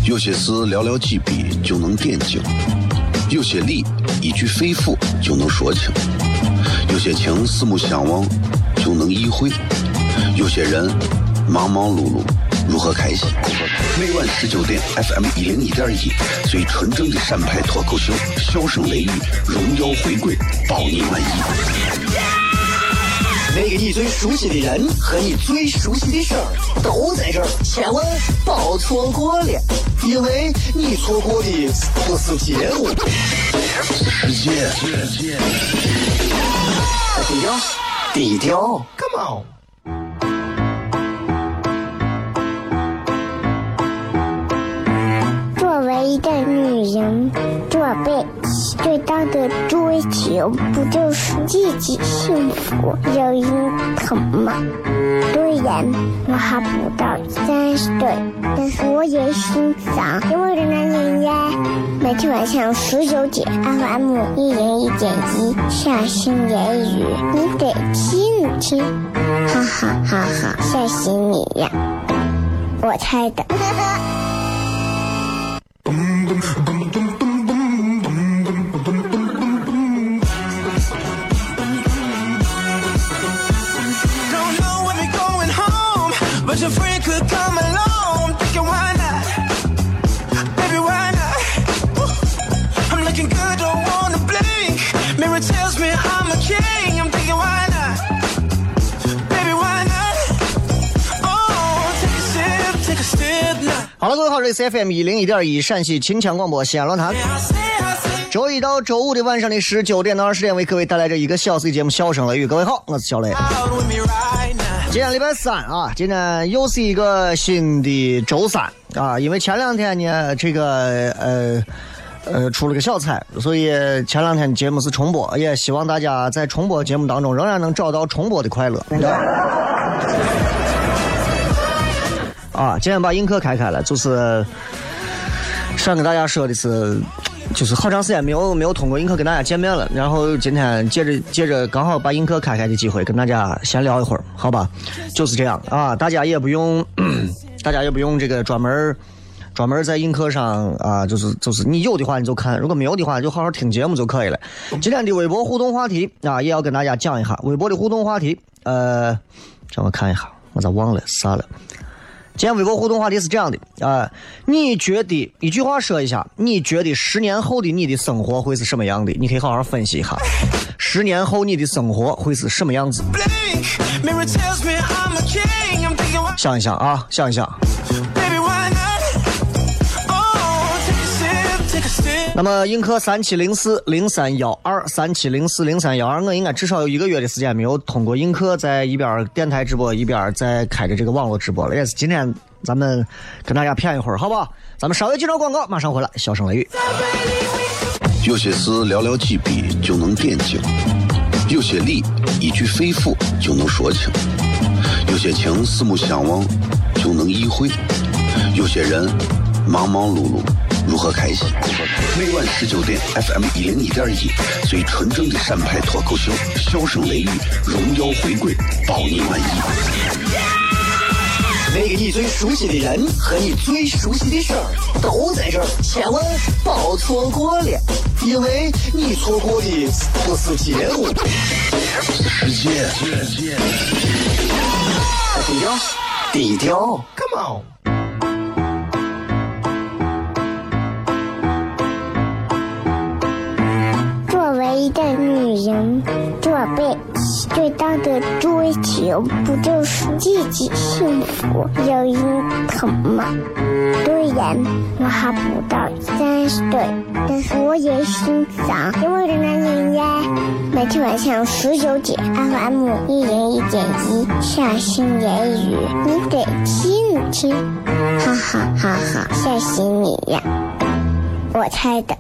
有些事寥寥几笔就能点睛，有些理一句肺腑就能说清，有些情四目相望就能意会，有些人忙忙碌碌如何开心。每晚19点 FM101.1，最纯正的陕派脱口秀，笑声雷雨，荣耀回归，保你满意。 那个你最熟悉的人和你最熟悉的事儿都在这儿，千万别错过了，因为你错过的不是节目， 世界。 低调 ，Come on。 作为一个女人，这辈子最大的追求不就是自己幸福有人疼吗？虽然我还不到30岁，但是我也心脏因为的男人呀。每天晚上19点 FM101.1，下心言语，你得听听，哈哈哈哈，吓死你呀！我猜的。 But your friend could come along, thinking why not? Baby, why not? I'm looking good, don't wanna blink. Mirror tells me I'm a king, I'm thinking why not? Baby, why not? Oh, take a step now. 好了，各位好，这里是 FM101.1 陕西秦腔广播西安论坛。周一到周五的晚上的19点到20点，为各位带来这一个小时的节目《笑声雷雨》。各位好，我是小雷。今天礼拜三啊，今天又是一个新的周三啊，因为前两天呢，这个出了个小差，所以前两天节目是重播，也希望大家在重播节目当中仍然能找到重播的快乐。啊，今天把映客开了，就是想跟大家说的是，就是好长时间没有通过映客跟大家见面了，然后今天借着刚好把映客开的机会，跟大家闲聊一会儿，好吧？就是这样啊，大家也不用这个专门在映客上啊，就是你有的话你就看，如果没有的话就好好听节目就可以了。今天的微博互动话题啊，也要跟大家讲一下微博的互动话题，让我看一下，我咋忘了啥了。今天微博互动话题是这样的你觉得一句话说一下，你觉得10年后的你的生活会是什么样的？你可以好好分析一下，10年后你的生活会是什么样子？想一想啊，想一想。那么映客3704031237040312，我应该至少有1个月的时间没有通过映客在一边电台直播一边在开着这个网络直播了，也是今天咱们跟大家骗一会儿，好不好？咱们稍微介绍广告，马上回来，笑声雷雨。 有些事寥寥几笔就能点睛，有些理一句肺腑就能说清，有些情四目相望就能意会，有些人忙忙碌碌如何开心。每晚19点 FM101.1，最纯正的陕派脱口秀，笑声雷雨，荣耀回归，保你满意。 那个你最熟悉的人和你最熟悉的事儿都在这儿，千万别错过了，因为你错过的不是节目， 世界。 低调 ，Come on。 作为一个女人，这辈子最大的追求不就是自己幸福有人疼吗？虽然我还不到30岁，但是我也心脏因为的男人呀。每天晚上19点 FM101.1，下心言语，你得听听，哈哈哈哈，吓死你呀！我猜的。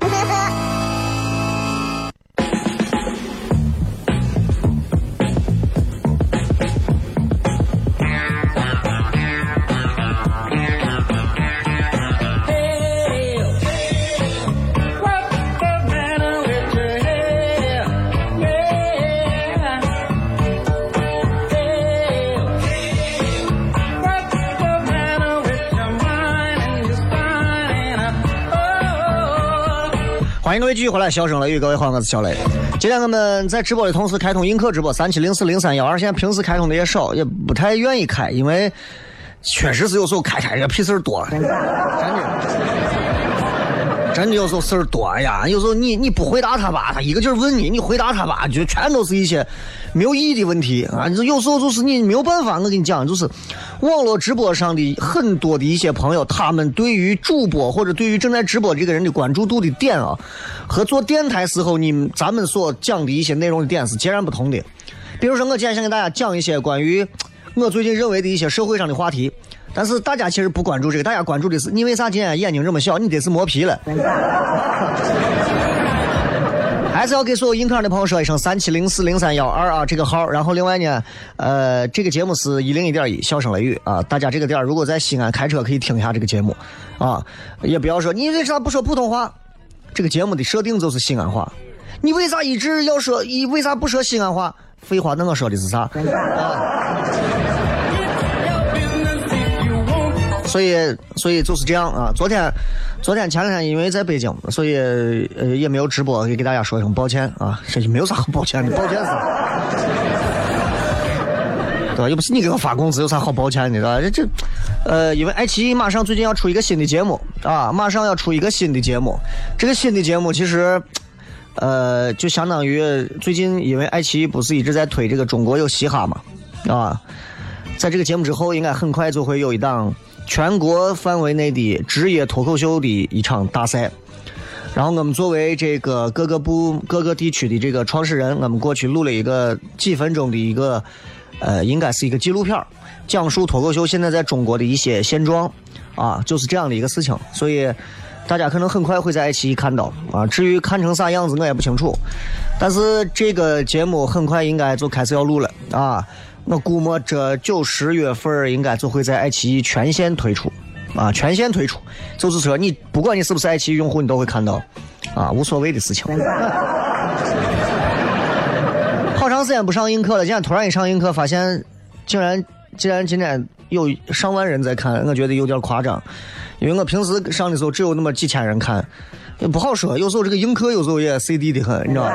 欢迎各位继续回来，笑声雷雨，各位好，我是小雷。今天我们在直播的同时开通映客直播37040312，现在平时开通的也少，也不太愿意开，因为确实是有时候开这个屁事儿多，真的有时候事儿多呀。有时候你不回答他吧，他一个劲儿问你回答他吧，就全都是一些没有意义的问题啊。有时候就是你没有办法，我跟你讲，就是网络直播上的很多的一些朋友，他们对于主播或者对于正在直播这个人的关注度的点啊，和做电台时候咱们所讲的一些内容的点是截然不同的。比如说我今天想给大家讲一些关于我最近认为的一些社会上的话题，但是大家其实不关注这个，大家关注的是你为啥今天眼睛这么小，你得是磨皮了。还是要给所有映客的朋友说一声37040312啊，这个号。然后另外呢，这个节目是101.1笑声雷雨啊，大家这个点如果在西安开车可以听一下这个节目啊，也不要说你为啥不说普通话，这个节目的设定就是西安话，你为啥一直要说，你为啥不说西安话？废话，那我说的是啥？啊所以就是这样啊。昨天前两天因为在北京，所以也没有直播，也给大家说一声抱歉啊。这就没有啥好抱歉的，抱歉是，对吧？又不是你给我发工资，有啥好抱歉的，对吧？因为爱奇艺马上最近要出一个新的节目啊，这个新的节目其实就相当于最近因为爱奇艺不是一直在推这个中国有嘻哈嘛啊，在这个节目之后应该很快就会有一档全国范围内的职业脱口秀的一场大赛，然后我们作为这个各个地区的这个创始人，我们过去录了一个几分钟的一个应该是一个纪录片，讲述脱口秀现在在中国的一些现状啊，就是这样的一个事情。所以大家可能很快会在爱奇艺看到啊，至于看成啥样子我也不清楚，但是这个节目很快应该就开始要录了啊。我估摸这9、10月份应该就会在爱奇艺全线推出啊，就是说你不管你是不是爱奇艺用户，你都会看到啊，无所谓的事情。好长时间不上映课了，现在突然一上映课，发现竟然今天有上万人在看，我觉得有点夸张，因为我平时上的时候只有那么几千人看，也不好说，有时候这个映客有时候也 CD 的很，你知道吗？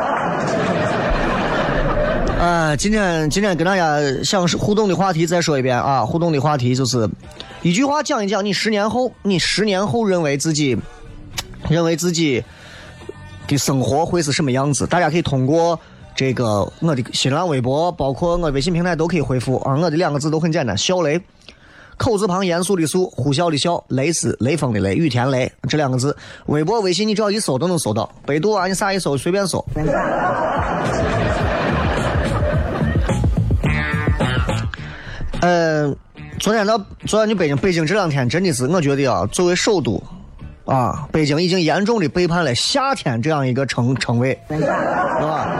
今天跟大家想互动的话题再说一遍啊，互动的话题就是一句话讲一讲你10年后认为自己的生活会是什么样子。大家可以通过这个我的新浪微博，包括我微信平台都可以回复啊，我的2个字都很简单，小雷，口字旁严肃的肃，呼啸的啸，雷是雷锋的雷，雨田雷，这2个字。微博微信你只要一搜都能搜到，百度啊你啥一搜随便搜。昨天去北京这2天真的是我觉得啊，作为首都啊，北京已经严重的背叛了夏天这样一个称谓，是吧？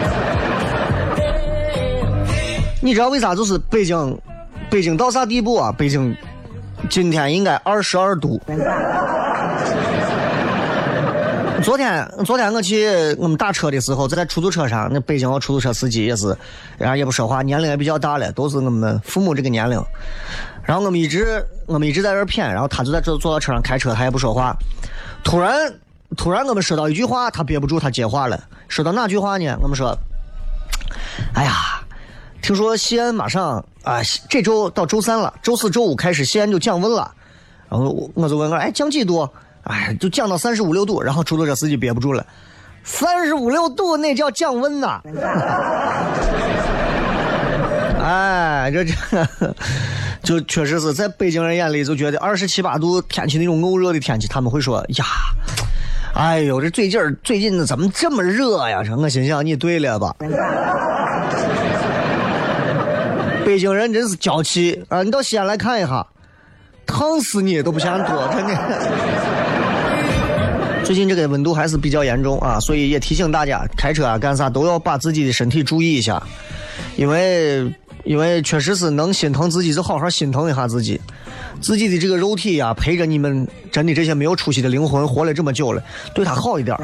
你知道为啥？就是北京到啥地步啊？北京今天应该22度。昨天我去我们打车的时候，在出租车上，那北京的出租车司机也是，然后也不说话，年龄也比较大了，都是我们父母这个年龄。然后我们一直在这骗，然后他就在坐到车上开车，他也不说话。突然我们说到一句话，他憋不住，他接话了。说到哪句话呢？我们说，哎呀，听说西安马上啊，这周到周3了，周4、周5开始西安就降温了。然后我就问我，哎，降几度？哎，就降到35、6度，然后出租车司机憋不住了，35、6度那叫降温呐！哎，这就确实是在北京人眼里就觉得27、8度天气那种欧热的天气，他们会说呀，哎呦，这最近怎么这么热呀？我心想你对了吧？北京人真是娇气啊！你到西安来看一下，烫死你都不嫌多，真的。最近这个温度还是比较严重啊，所以也提醒大家开车啊干啥都要把自己的身体注意一下，因为确实是能心疼自己就好好心疼一下自己的这个肉体啊，陪着你们真的这些没有出息的灵魂活了这么久了，对他好一点。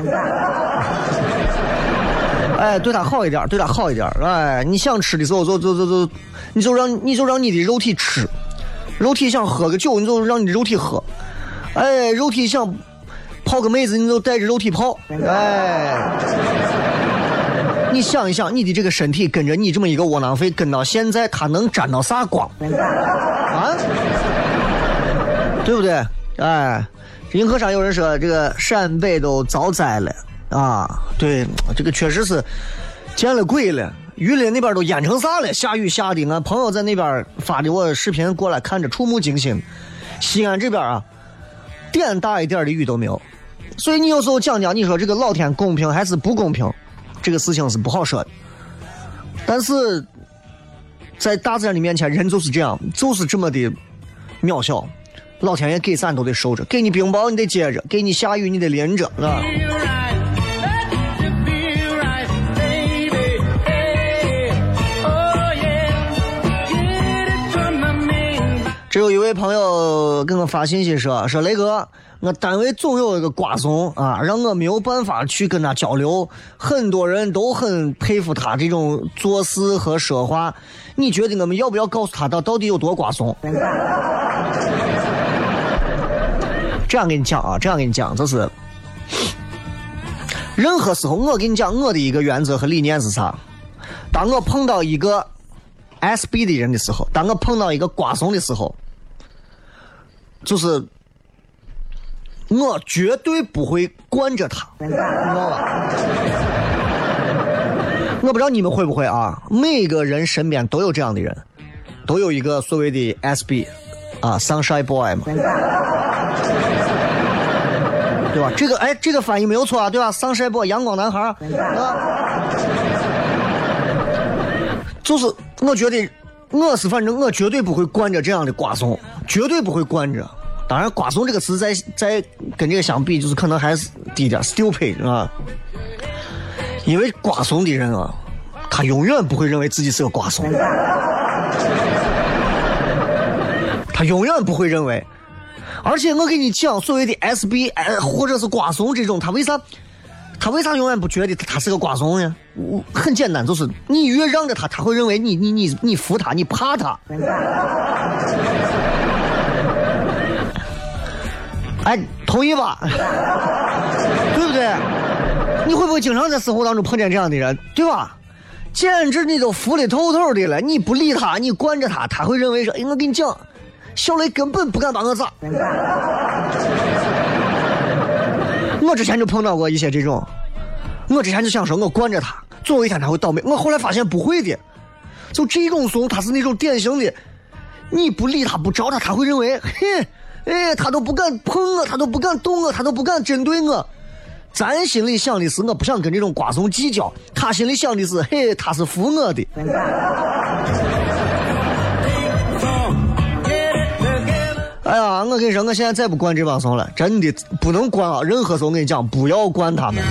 哎，对他好一点，哎，你想吃的时候你就让你的肉体吃，肉体想喝个酒你就让你的肉体喝，哎，肉体想泡个妹子你都带着肉体泡，哎，你想一想，你的这个身体跟着你这么一个窝囊废跟到现在，它能沾到啥光啊？对不对？哎，银河上有人说这个陕北都遭灾了啊，对，这个确实是见了鬼了。榆林那边都淹成啥了？下雨下的，俺朋友在那边发的我视频过来看着触目惊心。西安这边啊，点大一点的雨都没有，所以你有时候讲讲，你说这个老天公平还是不公平，这个事情是不好说的。但是在大自然的面前，人就是这样，就是这么的渺小。老天爷给咱都得受着，给你冰雹你得接着，给你下雨你得淋着，是吧？只有一位朋友跟我发信息说雷哥，我单位总有一个瓜怂啊，让我没有办法去跟他交流，很多人都很佩服他这种做事和说话，你觉得我们要不要告诉他到底有多瓜怂？这样跟你讲啊，这样跟你讲，就是任何时候我跟你讲我的一个原则和理念是啥，当我碰到一个 SB 的人的时候，当我碰到一个瓜怂的时候，就是我绝对不会惯着他，你知道吧？我不知道你们会不会啊，每个人身边都有这样的人，都有一个所谓的 SB 啊 Sunshine Boy 嘛，对吧？这个翻译没有错啊，对吧？ Sunshine Boy 阳光男孩啊，就是我觉得反正我绝对不会惯着这样的瓜怂，绝对不会惯着。当然瓜怂这个词在跟这个相比就是可能还是低点 stupid 啊，因为瓜怂的人啊，他永远不会认为自己是个瓜怂，他永远不会认为。而且我跟你讲，所谓的 SB 或者是瓜怂这种，他为啥永远不觉得他是个瓜怂呢？很简单，就是你越让着他，他会认为你服他，你怕他。哎，同意吧？对不对？你会不会经常在生活当中碰见这样的人，对吧？简直你都服的透透的了，你不理他，你惯着他，他会认为说，哎，我跟你讲，小雷根本不敢把我咋。我之前就碰到过一些这种，我之前就想说我惯着他，总有一天他会倒霉。我后来发现不会的，就这种怂，他是那种典型的，你不理他不招他，他会认为，嘿，哎，他都不敢碰我，他都不敢动我，他都不敢针对我。咱心里想的是我不想跟这种瓜怂计较，他心里想的是，嘿，他是服我的。哎呀，我跟你说，我现在再不惯这帮怂了，真的不能惯啊！任何时候我跟你讲，不要惯他们。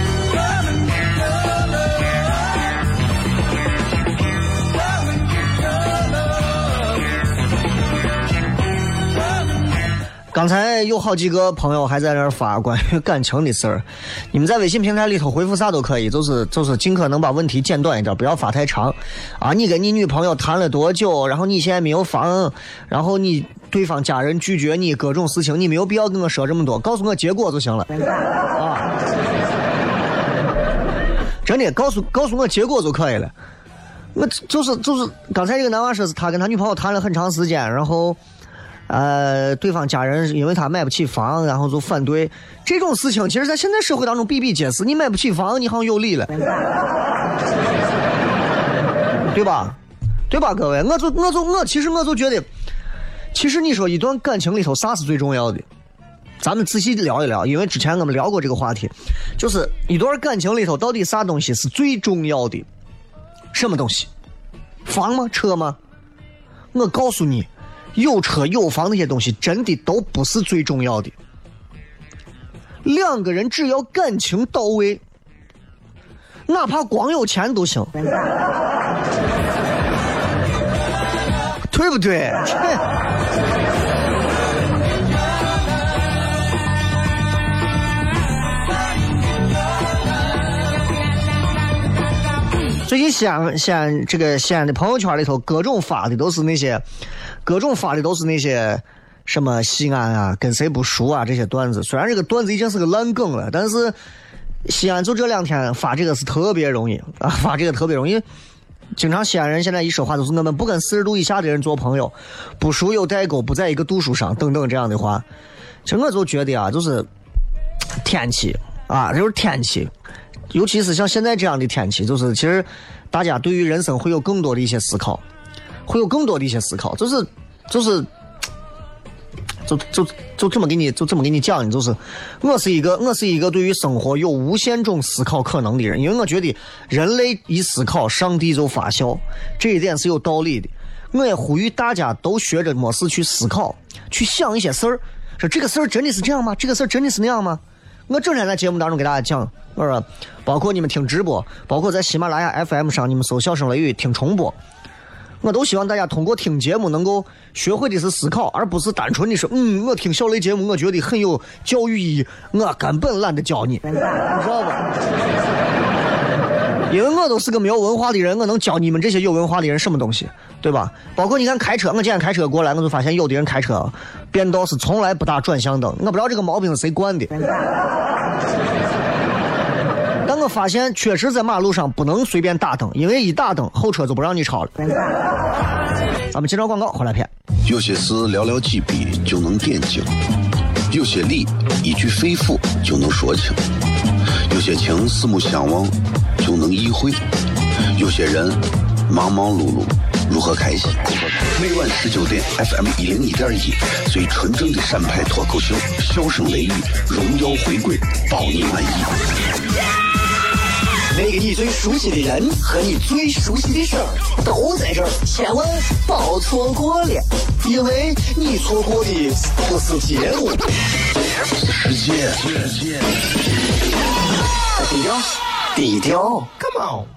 刚才有好几个朋友还在那儿发关于感情的事儿，你们在微信平台里头回复啥都可以，就是尽可能把问题简短一点，不要发太长啊。你跟你女朋友谈了多久，然后你现在没有房，然后你对方家人拒绝你，各种事情你没有必要跟我说这么多，告诉我结果就行了啊。真的告诉我结果就可以了。我就是刚才这个男娃说是他跟他女朋友谈了很长时间，然后对方家人因为他买不起房，然后就反对。这种事情其实在现在社会当中比比皆是，你买不起房你好像有理了，对吧各位？我其实觉得，其实你说一段感情里头啥是最重要的，咱们仔细聊一聊，因为之前我们聊过这个话题，就是一段感情里头到底啥东西是最重要的？什么东西？房吗？车吗？我告诉你，有车有房那些东西真的都不是最重要的。两个人只要感情到位，哪怕光有钱都行，对不对？最近西安这个西安的朋友圈里头，各种发的都是那些什么西安啊跟谁不熟啊这些段子，虽然这个段子已经是个烂梗了，但是西安就这2天发这个是特别容易啊，发这个特别容易。经常西安人现在一说话都是我们不跟40度以下的人做朋友，不熟有代沟，不在一个度数上等等这样的话。其实我就觉得啊，就是天气啊，就是天气，尤其是像现在这样的天气，就是其实大家对于人生会有更多的一些思考，就这么给你讲，就是我是一个对于生活有无限种思考可能的人，因为我觉得人类一思考，上帝就发笑，这一点是有道理的。我也呼吁大家都学着模式去思考，去想一些事儿，说这个事儿真的是这样吗？这个事儿真的是那样吗？我整天在节目当中给大家讲，包括你们听直播，包括在喜马拉雅 FM 上你们搜小声雷雨听重播，我都希望大家通过听节目能够学会的是思考，而不是单纯的说我听小雷节目我觉得很有教育意义，我根本懒得教你，你知道吧？因为我都是个没有文化的人，我能教你们这些有文化的人什么东西，对吧？包括你看开车，我今天开车过来，我就发现有的人开车变道是从来不打转向灯，我不知道这个毛病是谁惯的。但我发现确实在马路上不能随便打灯，因为一打灯后车就不让你超了。咱们接着广告回来片。 有些事寥寥几笔就能点睛，有些理一句肺腑就能说清，有些情四目相望就能意会，有些人忙忙碌碌如何开心。每晚19点 FM 101.1，最纯正的陕派脱口秀，笑声雷雨，荣耀回归，保你满意。 那个你最熟悉的人和你最熟悉的事儿都在这儿，千万别错过了，因为你错过的不是节目， 世界。 低调 Come on。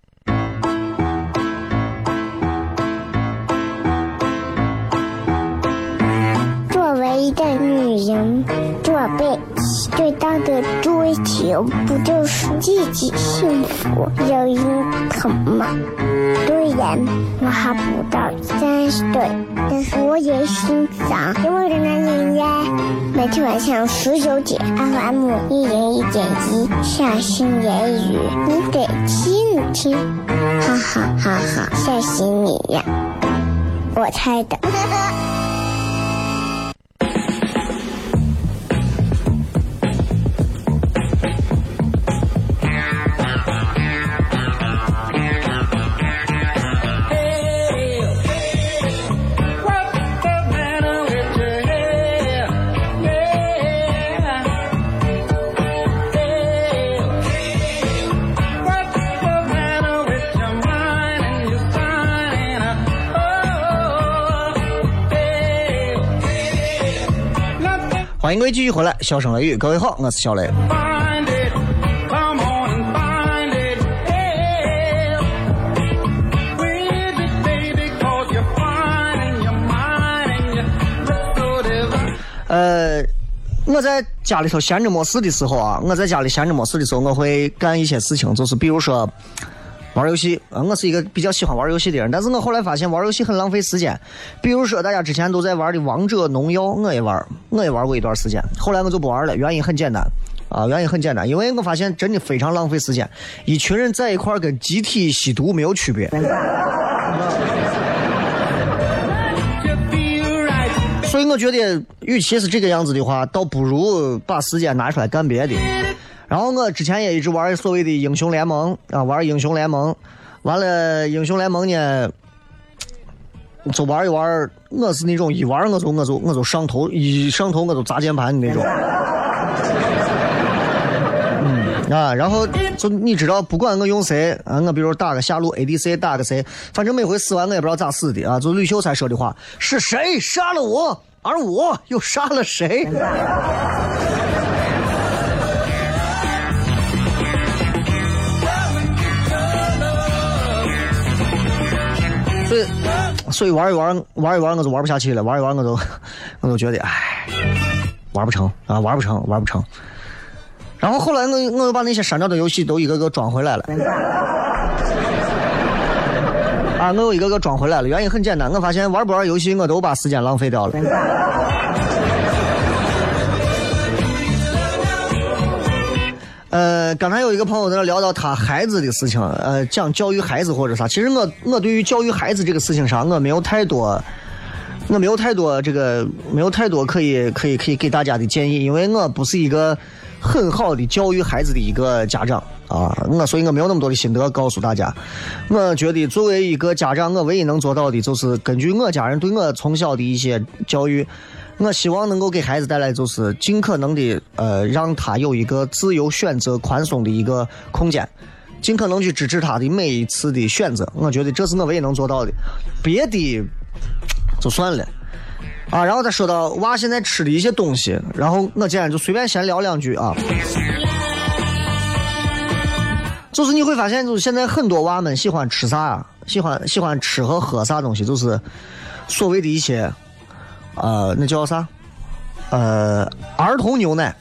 作为一个女人，做背最大的追求不就是自己幸福有人疼吗？虽然我还不到30岁，但是我也心脏因为人的音乐，每天晚上19点 FM 101.1下心言语，你得听听，哈哈哈哈，吓死你呀！我猜的。 欢迎各位继续回来，笑声雷雨，各位好，我是小雷。我在家里头闲着没事的时候啊，我会干一些事情，就是比如说玩游戏啊，我是一个比较喜欢玩游戏的人，但是我后来发现玩游戏很浪费时间。比如说大家之前都在玩的王者农药，我也玩过一段时间，后来我就不玩了，原因很简单，因为我发现真的非常浪费时间，一群人在一块跟集体吸毒没有区别。所以我觉得与其是这个样子的话，倒不如把时间拿出来干别的。然后我之前也一直玩所谓的英雄联盟啊，玩英雄联盟，完了英雄联盟呢就玩一玩，我是那种一玩我就上头，一上头我就砸键盘的那种。然后就你知道，不管我用谁啊，我比如打个下路 ADC 打个谁，反正每回死完我也不知道咋死的啊。就吕秀才说的话，是谁杀了我，而我又杀了谁。所以玩一玩我就玩不下去了，玩一玩我就觉得玩不成。然后后来我又把那些删掉的游戏都一个个装回来了。我有一个个装回来了，原因很简单，我发现玩不玩游戏我都把时间浪费掉了。 刚才有一个朋友在那聊到他孩子的事情，讲教育孩子或者啥。其实我对于教育孩子这个事情上，我没有太多可以给大家的建议，因为我不是一个很好的教育孩子的一个家长啊，所以我没有那么多的心得告诉大家。我觉得作为一个家长，我唯一能做到的就是根据我家人对我从小的一些教育，我希望能够给孩子带来就是尽可能的让他有一个自由选择宽松的一个空间，尽可能去支持他的每一次的选择。我觉得这是我唯一能做到的，别的就算了啊。然后再说到娃现在吃的一些东西，然后我今天就随便闲聊两句啊。就是你会发现，就是现在很多娃们喜欢吃啥啊？喜欢吃和喝啥东西，就是所谓的一些那叫啥？儿童牛奶，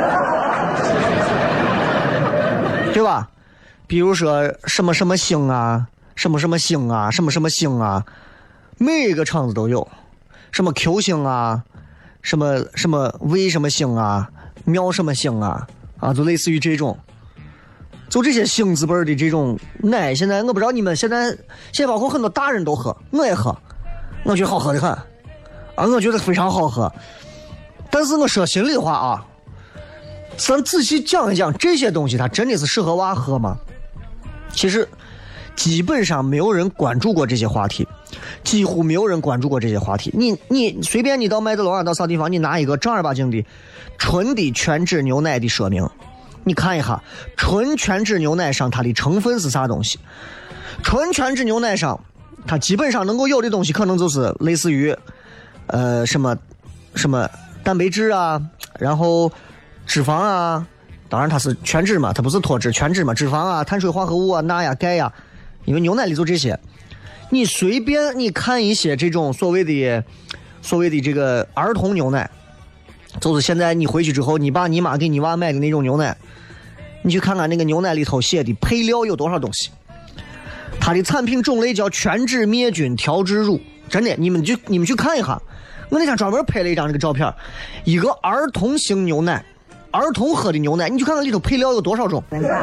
对吧？比如说什么什么星啊，什么什么星啊，什么什么星啊，每个厂子都有，什么 Q 星啊，什么什么 V 什么星啊，喵什么星啊，就类似于这种。就这些星字辈的这种奶，现在我不知道你们现在包括很多大人都喝，我也喝，我觉得好喝的很我觉得非常好喝。但是我说心里话啊，咱仔细讲一讲这些东西，它真的是适合娃喝吗？其实基本上没有人关注过这些话题，几乎没有人关注过这些话题。你随便你到麦德龙啊，到啥地方，你拿一个正儿八经的纯的全脂牛奶的说明，你看一下纯全脂牛奶上它的成分是啥东西。纯全脂牛奶上它基本上能够有的东西可能就是类似于什么蛋白质啊，然后脂肪啊，当然它是全脂嘛，它不是脱脂，全脂嘛，脂肪啊，碳水化合物啊，钠呀，钙呀，因为牛奶里就这些。你随便你看一些这种所谓的这个儿童牛奶，就是现在你回去之后，你爸你妈给你娃买的那种牛奶，你去看看那个牛奶里头写的配料有多少东西。它的产品种类叫全脂灭菌调制乳，真的，你们去看一下。我那天专门拍了一张这个照片，一个儿童型牛奶，儿童喝的牛奶，你去看看里头配料有多少种。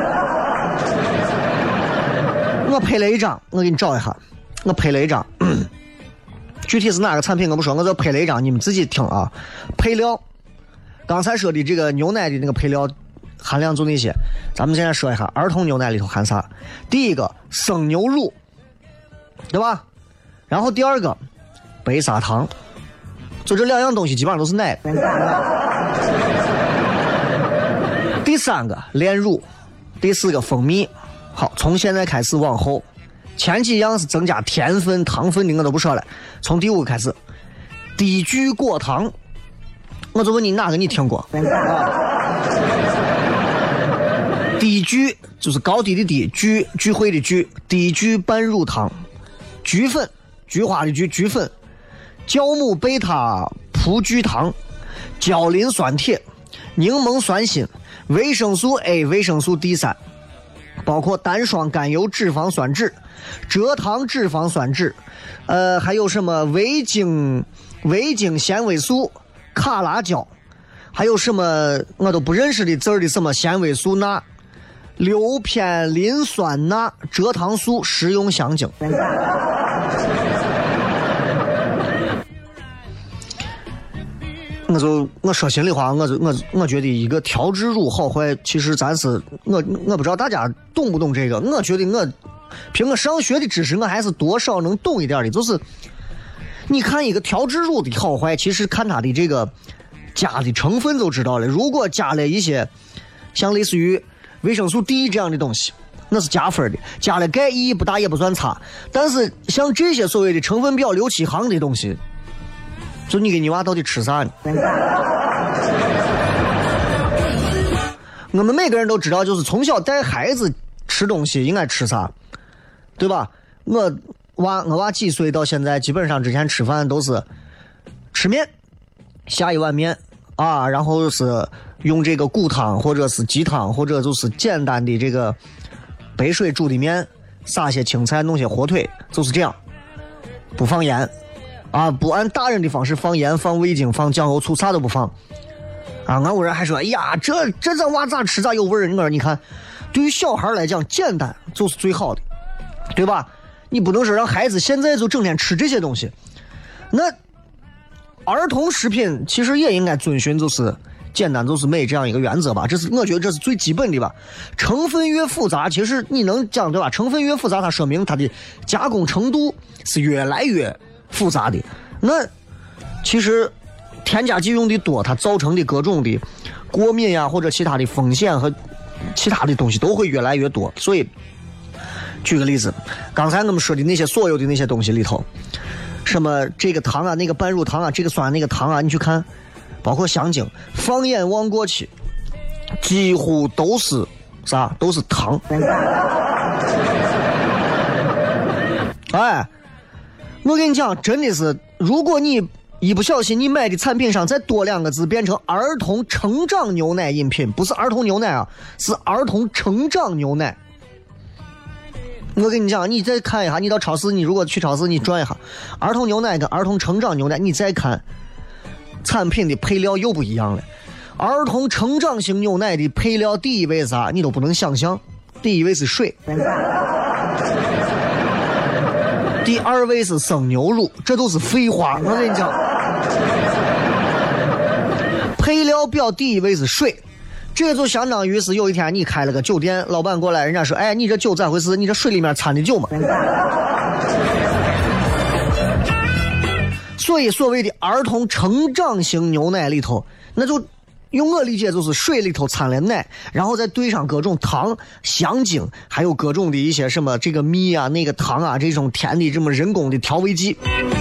我拍了一张，我给你找一下，我拍了一张，具体是哪个产品我不说，我就拍了一张，你们自己听啊。配料，刚才说的这个牛奶的那个配料含量就那些，咱们现在说一下儿童牛奶里头含啥。第一个生牛乳，对吧？然后第二个白砂糖，就这两样东西基本上都是奶。第三个炼乳，第四个蜂蜜。好，从现在开始往后，前几样是增加甜分糖分的我都不说了，从第5个开始低聚果糖。我就问你哪个你听过？低聚就是高低的低，聚会的聚，低聚半乳糖，菊粉，菊花的菊粉，酵母贝塔葡聚糖，焦磷酸铁，柠檬酸锌，维生素 A 维生素 D3，包括单双甘油脂肪酸酯，蔗糖脂肪酸酯，还有什么维精纤维素，卡拉胶，还有什么我都不认识的字儿的什么纤维素钠，硫偏磷酸钠，蔗糖素，食用香精。我说心里话，我觉得一个调制乳好坏，其实咱是我不知道大家懂不懂这个。我觉得凭我上学的知识，我还是多少能懂一点的。就是你看一个调制乳的好坏，其实看它的这个加的成分就知道了。如果加了一些像类似于维生素 D 这样的东西，那是加分的。加了钙 E 不大也不算差。但是像这些所谓的成分表6、7行的东西，就你给你娃到底吃啥呢？我们每个人都知道，就是从小带孩子吃东西应该吃啥，对吧？我娃几岁到现在，基本上之前吃饭都是吃面，下一碗面啊，然后是用这个骨汤或者是鸡汤，或者就是简单的这个白水煮的面，撒些青菜，弄些火腿，就是这样，不放盐。不按大人的方式放盐放味精放酱油醋啥都不放俺屋人还说，哎呀，这咱娃咋吃咋有味儿？我说你看，对于小孩来讲，简单就是最好的，对吧？你不能说让孩子现在就整天吃这些东西。那儿童食品其实也应该遵循就是简单就是美这样一个原则吧，我觉得这是最基本的吧。成分越复杂，其实你能讲对吧？成分越复杂，它说明它的加工程度是越来越复杂的。那其实添加剂用的多，它造成的各种的过敏呀或者其他的风险和其他的东西都会越来越多。所以举个例子，刚才我们说的那些所有的那些东西里头，什么这个糖啊那个半乳糖啊这个酸那个糖啊，你去看包括香精，放眼望过去几乎都是啥，都是糖。哎，我跟你讲，真的是，如果你一不小心你买的产品上再多2个字变成儿童成长牛奶饮品，不是儿童牛奶啊，是儿童成长牛奶。我跟你讲，你再看一下，你到超市，你如果去超市你转一下儿童牛奶跟儿童成长牛奶，你再看产品的配料又不一样了。儿童成长型牛奶的配料第一位啥你都不能想象，第一位是水，第2位是生牛乳，这都是废话。我跟你讲，配料表第一位是水，这就相当于是有一天你开了个酒店，老板过来，人家说，哎，你这酒咋回事？你这水里面掺的酒嘛？所以所谓的儿童成长型牛奶里头，那就用我理解就是水里头掺了奶，然后再兑上各种糖、香精，还有各种的一些什么这个蜜啊、那个糖啊，这种甜的这么人工的调味剂。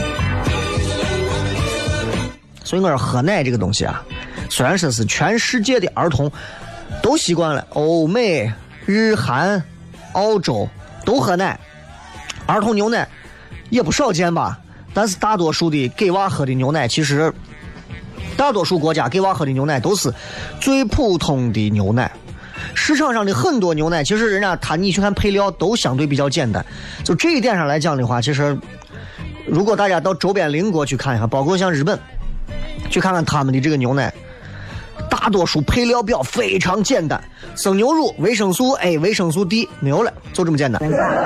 所以我说喝奶这个东西啊，虽然说是全世界的儿童都习惯了，欧美、日韩、澳洲都喝奶，儿童牛奶也不少见吧。但是大多数的给娃喝的牛奶，其实大多数国家给娃喝的牛奶都是最普通的牛奶。市场上的很多牛奶，其实人家你去看配料都相对比较简单。就这一点上来讲的话，其实如果大家到周边邻国去看一下，包括像日本，去看看他们的这个牛奶，大多数配料表非常简单，生牛乳、维生素 A、维生素 D 没有了，就这么简单。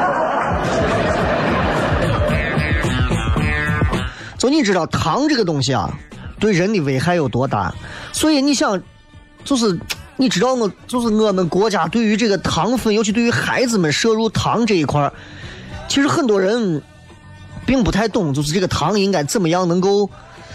就你知道糖这个东西啊，对人的危害有多大？所以你想，就是你知道我们国家对于这个糖分，尤其对于孩子们摄入糖这一块，其实很多人并不太懂，就是这个糖应该怎么样能够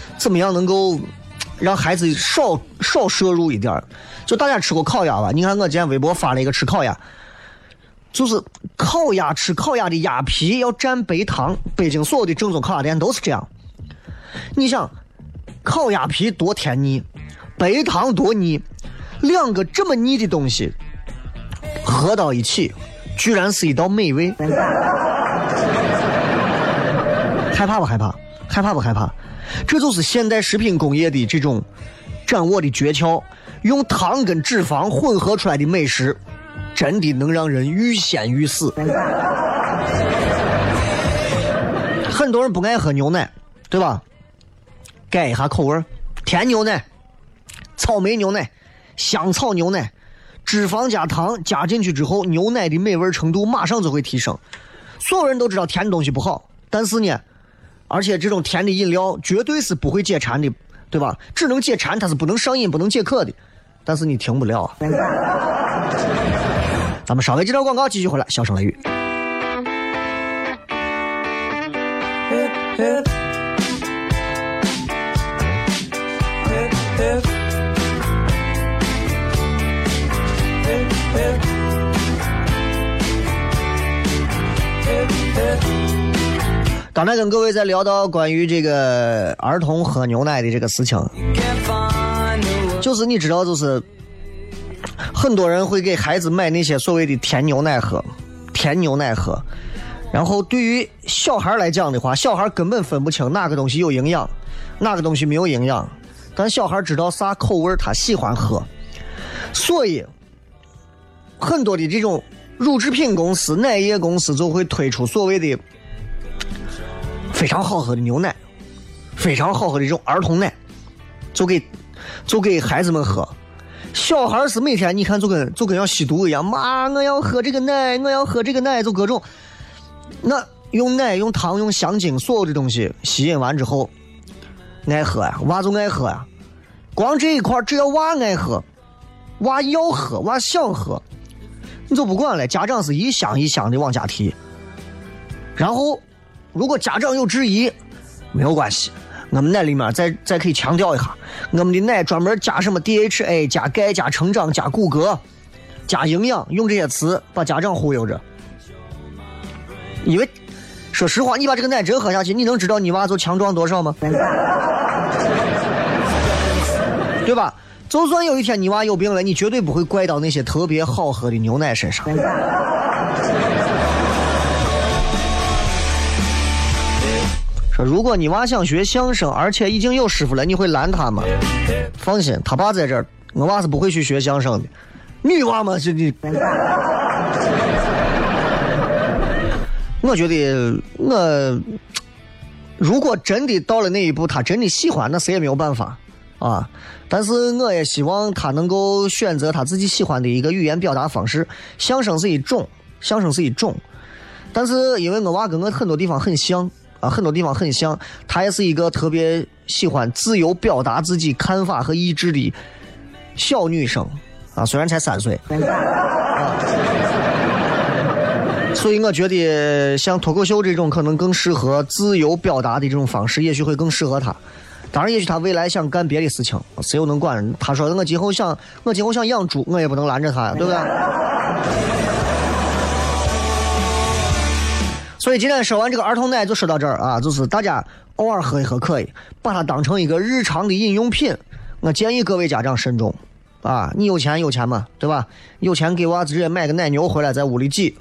让孩子少摄入一点。就大家吃过烤鸭吧？你看我今天微博发了一个吃烤鸭，就是烤鸭吃烤鸭的鸭皮要蘸白糖，北京所有的正宗烤鸭店都是这样。你想烤鸭皮多甜腻，白糖多腻，两个这么腻的东西合到一起，居然是一道美味。害怕不害怕？害怕不害怕？这就是现代食品工业的这种掌握的诀窍，用糖跟脂肪混合出来的美食，真的能让人欲仙欲死。很多人不爱喝牛奶，对吧？改一下口味，甜牛奶、草莓牛奶、香草牛奶，脂肪加糖加进去之后，牛奶的美味程度马上就会提升。所有人都知道甜的东西不好，但是呢，而且这种甜的饮料绝对是不会解馋的，对吧？只能解馋，它是不能上瘾、不能解渴的。但是你停不了啊！咱们稍微接着广告，继续回来，笑声雷雨。刚才跟各位在聊到关于这个儿童喝牛奶的这个事情，就是你知道，就是很多人会给孩子买那些所谓的甜牛奶喝，然后对于小孩来讲的话，小孩根本分不清哪个东西有营养，哪个东西没有营养，但小孩知道啥口味他喜欢喝，所以很多的这种乳制品公司、奶业公司就会推出所谓的非常好喝的牛奶，非常好喝的这种儿童奶，就给就给孩子们喝。小孩是每天你看就跟要吸毒一样，妈我要喝这个奶，我要喝这个奶，就各种那用奶用糖用香精所有的东西吸引完之后爱喝呀，娃就爱喝呀。光这一块只要娃爱喝，娃要喝，娃想喝，你就不管了，家长是一箱一箱的往家提。然后如果家长有质疑没有关系，我们奶里面再可以强调一下，我们的奶专门加什么 DHA 加钙加成长加骨骼加营养，用这些词把家长忽悠着。因为说实话，你把这个奶真喝下去，你能知道你娃就强壮多少吗？对吧？就算有一天你娃有病了，你绝对不会怪到那些特别好喝的牛奶身上。说如果你娃想学相声，而且已经有师傅了，你会拦他吗？放心，他爸在这儿，我娃是不会去学相声的。女娃嘛，是你。我觉得如果真的到了那一步，他真的喜欢，那谁也没有办法啊。但是我也希望他能够选择他自己喜欢的一个语言表达方式。相声是一种，但是因为我娃跟我很多地方很像啊，他也是一个特别喜欢自由表达自己看法和意志的小女生啊，虽然才3岁啊。所以我觉得像脱口秀这种可能更适合自由表达的这种方式，也许会更适合他。当然也许他未来想干别的事情，谁又能管？他说我今后想养猪，我也不能拦着他呀，对不对？所以今天说完这个儿童奶就说到这儿啊，就是大家偶尔喝一喝可以，把它当成一个日常的饮用品。我建议各位家长慎重啊！你有钱嘛，对吧？有钱给娃直接买个奶牛回来在屋里挤。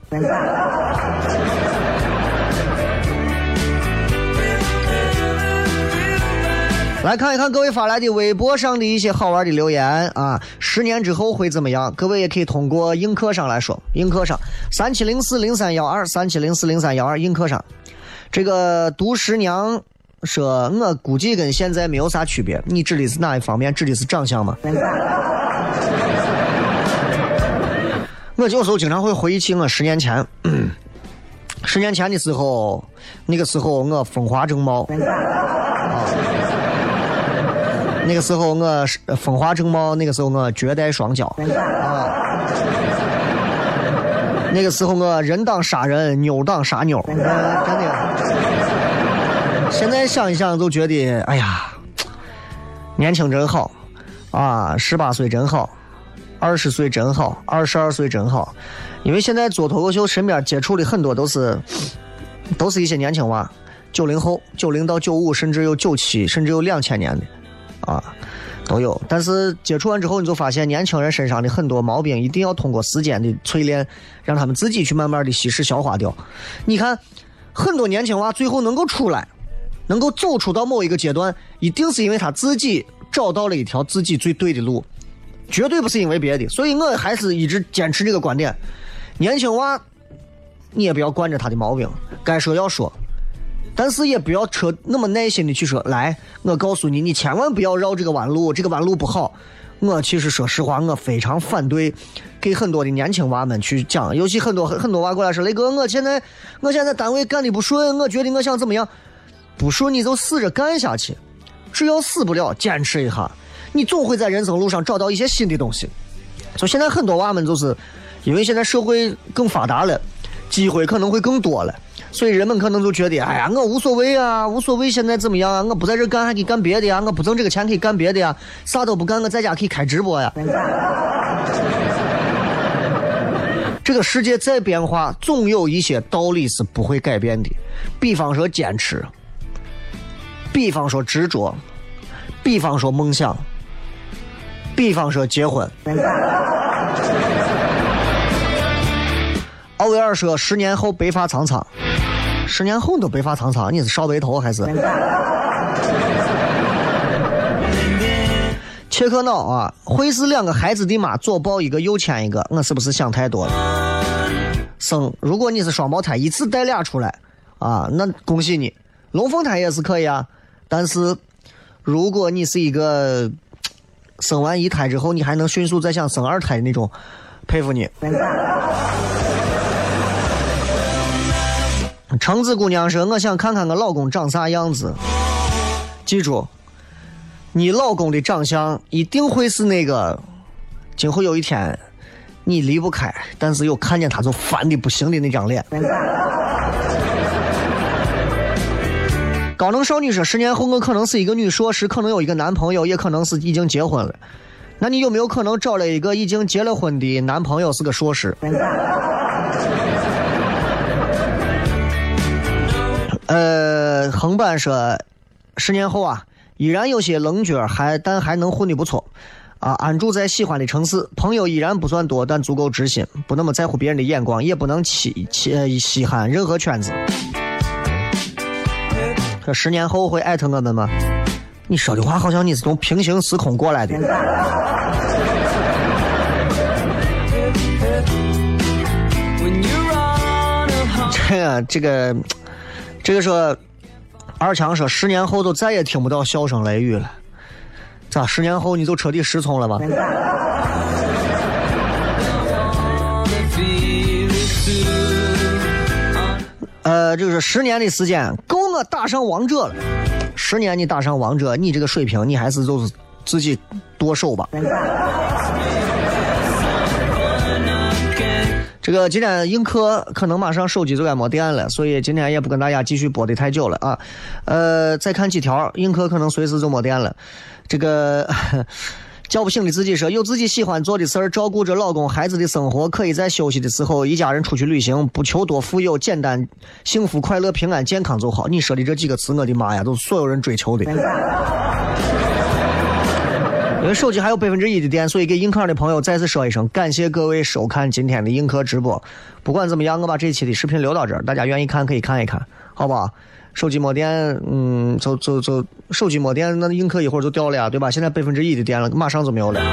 来看一看各位发来的微博上的一些好玩的留言啊！10年之后会怎么样？各位也可以通过映客上来说，映客上37040312，37040312，映客上。这个毒师娘说，我估计跟现在没有啥区别。你指的是哪一方面？指的是长相吗？我有时候经常会回忆起我10年前，10年前的时候，那个时候我风华正茂啊。那个时候我风华正茂，那个时候我绝代双骄啊，那个时候我人当杀人，牛当杀牛，真的。现在想一想都觉得，哎呀，年轻真好啊，18岁真好，20岁真好，22岁真好。因为现在做脱口秀，身边接触的很多都是一些年轻娃，90后，90到95，甚至有97，甚至有2000年的。啊，都有。但是接触完之后，你就发现年轻人身上的很多毛病，一定要通过时间的淬炼，让他们自己去慢慢的稀释消化掉。你看，很多年轻娃最后能够出来，能够走出到某一个阶段，一定是因为他自己找到了一条自己最对的路，绝对不是因为别的。所以我还是一直坚持这个观点：年轻娃，你也不要惯着他的毛病，该说要说。但是也不要扯那么耐心的去说，来，我告诉你，你千万不要绕这个弯路，这个弯路不好。我其实说实话，我非常反对给很多的年轻娃们去讲，尤其很多娃过来说，雷哥，我现在单位干的不顺，我觉得我想怎么样，不顺你就死着干下去，只要死不了，坚持一下，你总会在人生路上找到一些新的东西。所以现在很多娃们就是因为现在社会更发达了，机会可能会更多了。所以人们可能就觉得，哎呀，我无所谓啊，无所谓现在怎么样啊，我不在这干还可以干别的呀，我不挣这个钱可以干别的呀，啥都不干我在家可以开直播呀。这个世界再变化，总有一些道理是不会改变的，比方说坚持，比方说执着，比方说梦想，比方说结婚。奥威尔说10年后白发苍苍，10年后都白发苍苍，你是少白头还是？切克闹啊，会是2个孩子的妈，左抱一个右牵一个，我是不是想太多了？如果你是双胞胎，一次带俩出来啊，那恭喜你。龙凤胎也是可以啊，但是如果你是一个生完一胎之后你还能迅速再想生二胎的那种，佩服你。橙子姑娘说，我想看看我老公长啥样子。记住，你老公的长相一定会是那个今后有一天你离不开，但是又看见他就烦的不行的那张脸。高能少女说，10年后我可能是一个女硕士，可能有一个男朋友，也可能是已经结婚了。那你有没有可能找了一个已经结了婚的男朋友是个硕士？横版说，10年后啊，依然有些棱角，但还能混得不错啊。安住在喜欢的城市，朋友依然不算多，但足够知心，不那么在乎别人的眼光，也不能稀罕任何圈子。这10年后会艾特我们吗？你说的话好像你是从平行时空过来的。这个说，二强说10年后都再也听不到笑声雷雨了。咋10年后你就彻底失聪了吗？就是10年的时间够我打上王者了。10年你打上王者，你这个水平你还是就是自己剁手吧。这个今天映客可能马上手机就该没电了，所以今天也不跟大家继续播的太久了啊。再看几条，映客可能随时就没电了。这个叫不醒的自己说，有自己喜欢做的事儿，照顾着老公孩子的生活，可以在休息的时候一家人出去旅行，不求多富有，简单幸福快乐平安健康就好。你说的这几个词，我的妈呀，都是所有人追求的。因为手机还有1%的电，所以给映客的朋友再次说一声感谢各位收看今天的映客直播。不管怎么样，我把这期的视频留到这儿，大家愿意看可以看一看，好不好？手机没电，手机没电，那映客一会儿就掉了呀，对吧？现在1%的电了，马上就没有了。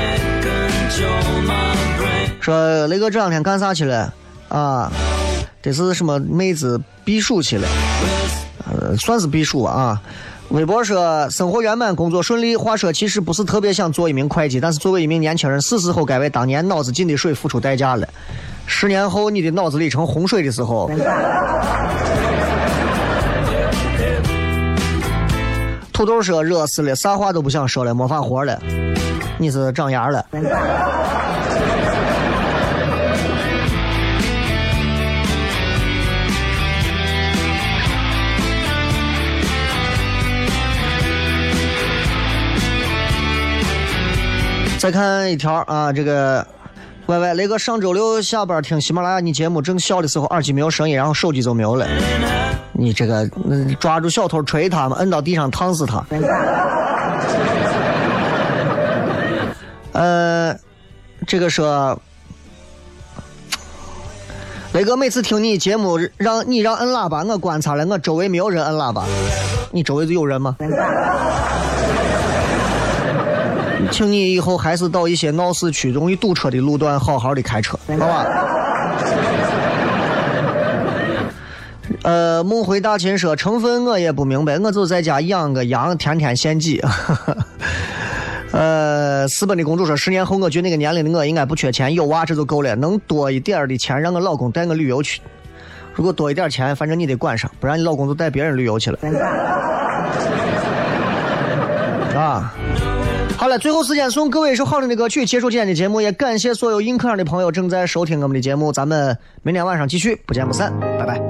说雷哥这2天干啥去了啊？这是什么妹子避暑去了？算是避暑啊。微博说生活圆满，工作顺利。话说其实不是特别想做一名会计，但是作为一名年轻人，是时候该为当年脑子进的水付出代价了。10年后你的脑子里成洪水的时候，土豆说热死了，啥话都不想说了，没法活了。你是长牙了。再看一条啊，这个歪雷哥上周六下班听喜马拉雅你节目，正笑的时候耳机没有声音，然后手机就没有了。你这个抓住小偷捶他们，摁到地上烫死他。这个说雷哥每次听你节目让摁喇叭，我观察了，我周围没有人摁喇叭。你周围有人吗？请你以后还是到一些闹市区容易堵车的路段好好的开车，好吧？梦回大秦说成分我也不明白，我就在家养个羊天天献祭。私奔的公主说10年后我觉得那个年龄的我应该不缺钱，有娃这就够了，能多一点的钱让我老公带我旅游去。如果多一点钱反正你得管上，不然你老公就带别人旅游去了。啊，好了，最后时间送各位一首好听的歌曲，结束今天的节目，也感谢所有映客上的朋友正在收听我们的节目，咱们明天晚上继续，不见不散，拜拜。